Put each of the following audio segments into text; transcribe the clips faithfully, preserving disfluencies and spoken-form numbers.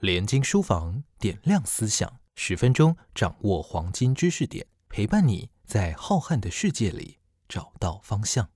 联经书房点亮思想，十分钟掌握黄金知识点，陪伴你在浩瀚的世界里找到方向。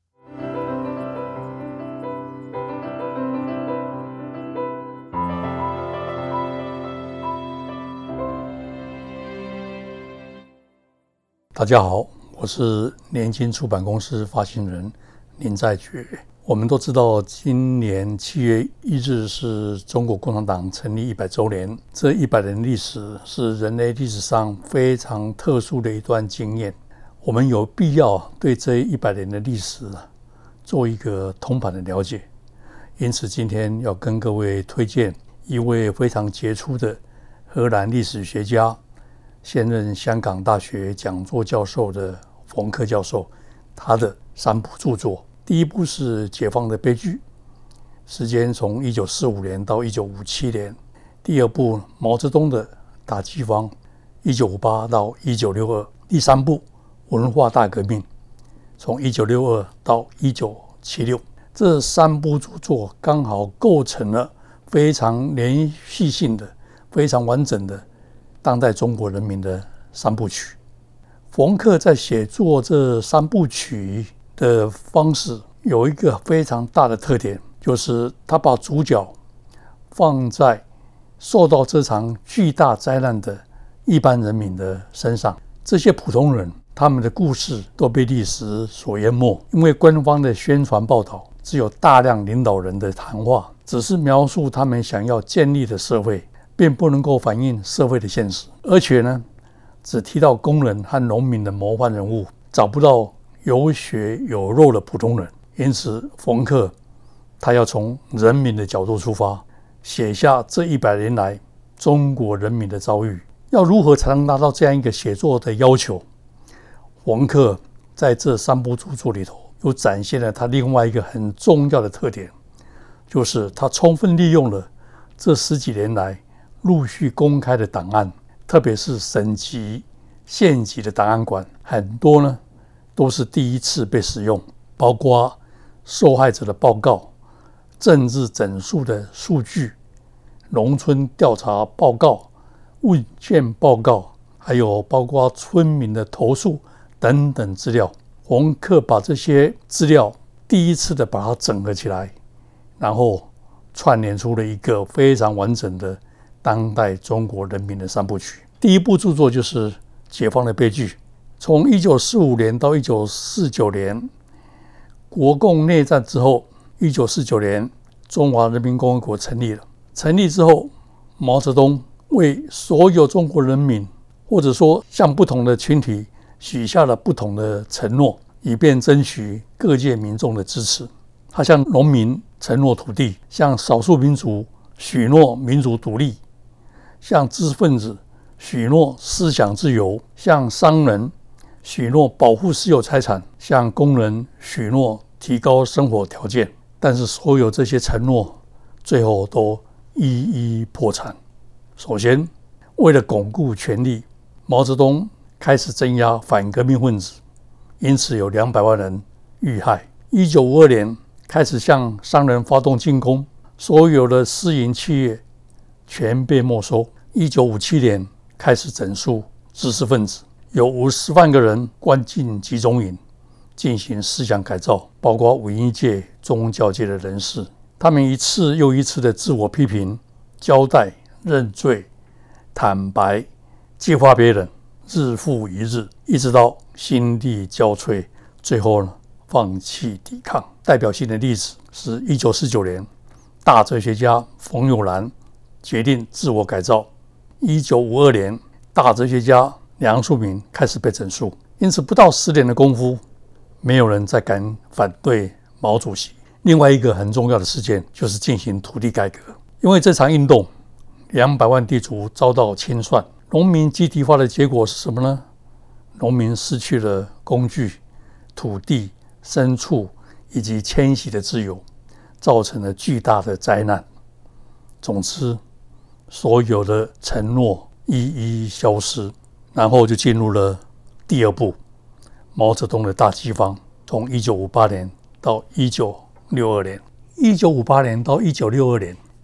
大家好，我是联经出版公司发行人林在觉。我们都知道，今年七月一日是中国共产党成立一百周年。这一百年历史是人类历史上非常特殊的一段经验。我们有必要对这一百年的历史做一个通盘的了解。因此，今天要跟各位推荐一位非常杰出的荷兰历史学家，现任香港大学讲座教授的冯克教授，他的三部著作。第一部是《解放的悲剧》，时间从一九四五年到一九五七年。第二部毛泽东的大饥荒，一九五八到一九六二。第三部文化大革命，从一九六二到一九七六。这三部著作刚好构成了非常连续性的、非常完整的当代中国人民的三部曲。冯克在写作这三部曲的方式有一个非常大的特点，就是他把主角放在受到这场巨大灾难的一般人民的身上。这些普通人，他们的故事都被历史所淹没，因为官方的宣传报道只有大量领导人的谈话，只是描述他们想要建立的社会，并不能够反映社会的现实。而且呢，只提到工人和农民的模范人物，找不到有血有肉的普通人。因此，冯克他要从人民的角度出发，写下这一百年来中国人民的遭遇。要如何才能达到这样一个写作的要求？冯克在这三部著作里头，又展现了他另外一个很重要的特点，就是他充分利用了这十几年来陆续公开的档案，特别是省级、县级的档案馆，很多呢都是第一次被使用，包括受害者的报告、政治整数的数据、农村调查报告、问卷报告，还有包括村民的投诉等等资料。冯克把这些资料第一次的把它整合起来，然后串联出了一个非常完整的当代中国人民的三部曲。第一部著作就是《解放的悲剧》。从一九四五年到一九四九年，国共内战之后，一九四九年中华人民共和国成立了。成立之后，毛泽东为所有中国人民，或者说向不同的群体许下了不同的承诺，以便争取各界民众的支持。他向农民承诺土地，向少数民族许诺民族独立，向知识分子许诺思想自由，向商人许诺保护私有财产，向工人许诺提高生活条件。但是所有这些承诺最后都一一破产。首先，为了巩固权力，毛泽东开始镇压反革命分子，因此有两百万人遇害。一九五二年开始向商人发动进攻，所有的私营企业全被没收。一九五七年开始整肃知识分子，有五十万个人关进集中营，进行思想改造，包括文艺界、宗教界的人士。他们一次又一次的自我批评、交代、认罪、坦白、揭发别人，日复一日，一直到心力交瘁，最后呢，放弃抵抗。代表性的例子是一九四九年，大哲学家冯友兰决定自我改造。一九五二年，大哲学家梁漱溟开始被整肃。因此，不到十年的功夫，没有人再敢反对毛主席。另外一个很重要的事件就是进行土地改革，因为这场运动，两百万地主遭到清算，农民集体化的结果是什么呢？农民失去了工具、土地、牲畜以及迁徙的自由，造成了巨大的灾难。总之，所有的承诺一一消失，然后就进入了第二步，毛泽东的大饥荒，从一九五八年到一九六二年。一九五八年到一九六二年，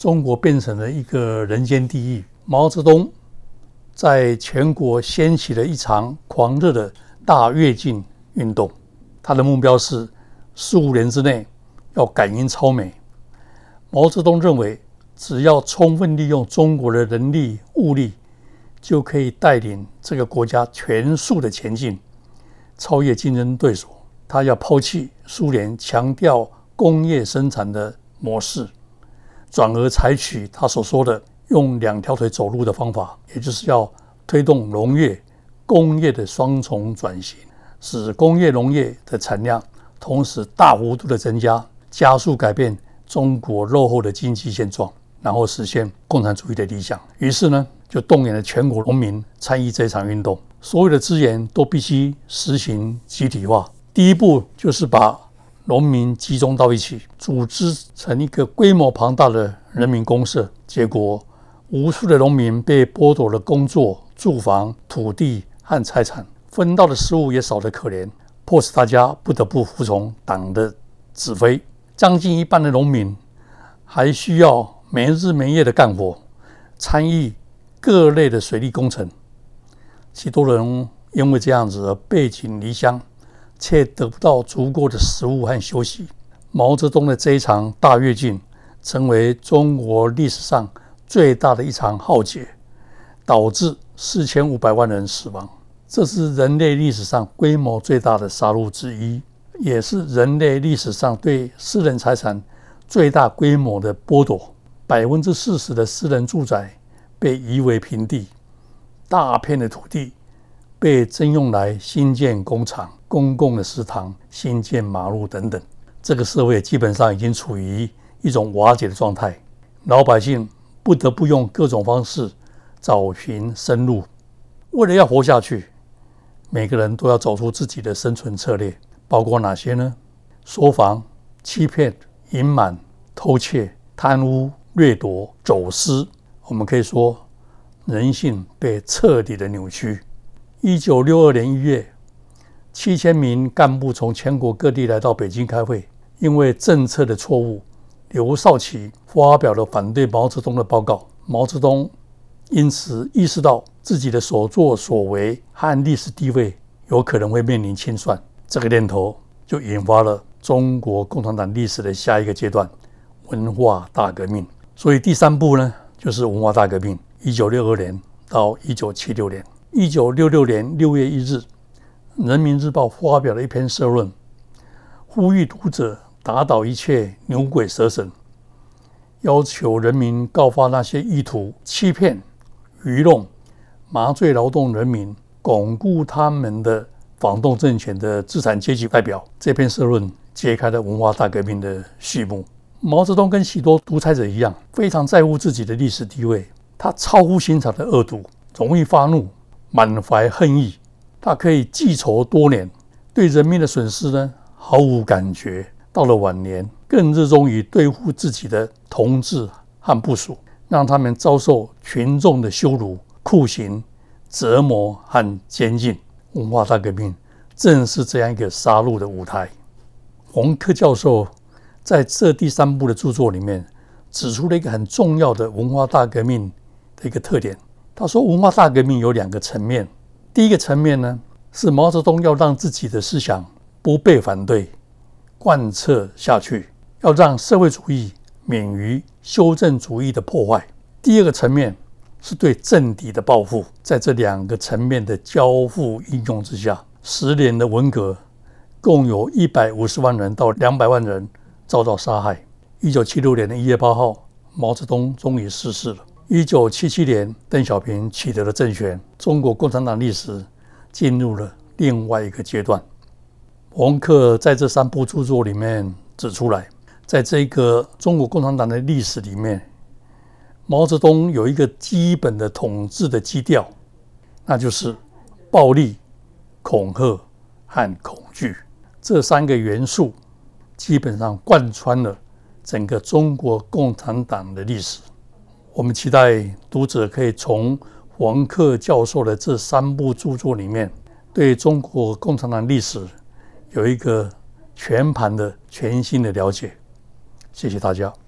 中国变成了一个人间地狱。毛泽东在全国掀起了一场狂热的大跃进运动，他的目标是十五年之内要赶英超美。毛泽东认为，只要充分利用中国的人力物力，就可以带领这个国家全速的前进，超越竞争对手。他要抛弃苏联强调工业生产的模式，转而采取他所说的用两条腿走路的方法，也就是要推动农业、工业的双重转型，使工业农业的产量同时大幅度的增加，加速改变中国落后的经济现状，然后实现共产主义的理想。于是呢，就动员了全国农民参与这场运动，所有的资源都必须实行集体化。第一步就是把农民集中到一起，组织成一个规模庞大的人民公社。结果，无数的农民被剥夺了工作、住房、土地和财产，分到的食物也少得可怜，迫使大家不得不服从党的指挥。将近一半的农民还需要没日没夜的干活，参与各类的水利工程。许多人因为这样子而背井离乡，却得不到足够的食物和休息。毛泽东的这一场大跃进成为中国历史上最大的一场浩劫，导致四千五百万人死亡。这是人类历史上规模最大的杀戮之一，也是人类历史上对私人财产最大规模的剥夺。百分之四十的私人住宅被夷为平地，大片的土地被征用来新建工厂、公共的食堂、新建马路等等。这个社会基本上已经处于一种瓦解的状态，老百姓不得不用各种方式找寻生路。为了要活下去，每个人都要走出自己的生存策略，包括哪些呢？说谎、欺骗、隐瞒、偷窃、贪污、掠夺、走私。我们可以说，人性被彻底的扭曲。一九六二年一月，七千名干部从全国各地来到北京开会，因为政策的错误，刘少奇发表了反对毛泽东的报告。毛泽东因此意识到自己的所作所为和历史地位有可能会面临清算，这个念头就引发了中国共产党历史的下一个阶段——文化大革命。所以第三步呢，就是文化大革命。一九六二年到一九七六年。一九六六年六月一日，《人民日报》发表了一篇社论，呼吁读者打倒一切牛鬼蛇神，要求人民告发那些意图欺骗、愚弄、麻醉劳动人民、巩固他们的反动政权的资产阶级代表。这篇社论揭开了文化大革命的序幕。毛泽东跟许多独裁者一样，非常在乎自己的历史地位，他超乎寻常的恶毒，容易发怒，满怀恨意，他可以记仇多年，对人民的损失呢毫无感觉。到了晚年，更热衷于对付自己的同志和部属，让他们遭受群众的羞辱、酷刑、折磨和监禁。文化大革命正是这样一个杀戮的舞台。冯克教授在这第三部的著作里面指出了一个很重要的文化大革命的一个特点。他说，文化大革命有两个层面。第一个层面呢，是毛泽东要让自己的思想不被反对，贯彻下去，要让社会主义免于修正主义的破坏。第二个层面是对政敌的报复。在这两个层面的交互应用之下，十年的文革共有一百五十万人到两百万人遭到杀害。一九七六年的一月八号，毛泽东终于逝世了。一九七七年，邓小平取得了政权，中国共产党历史进入了另外一个阶段。冯克在这三部著作里面指出来，在这个中国共产党的历史里面，毛泽东有一个基本的统治的基调，那就是暴力、恐吓和恐惧。这三个元素基本上贯穿了整个中国共产党的历史。我们期待读者可以从冯克教授的这三部著作里面，对中国共产党历史有一个全盘的、全新的了解。谢谢大家。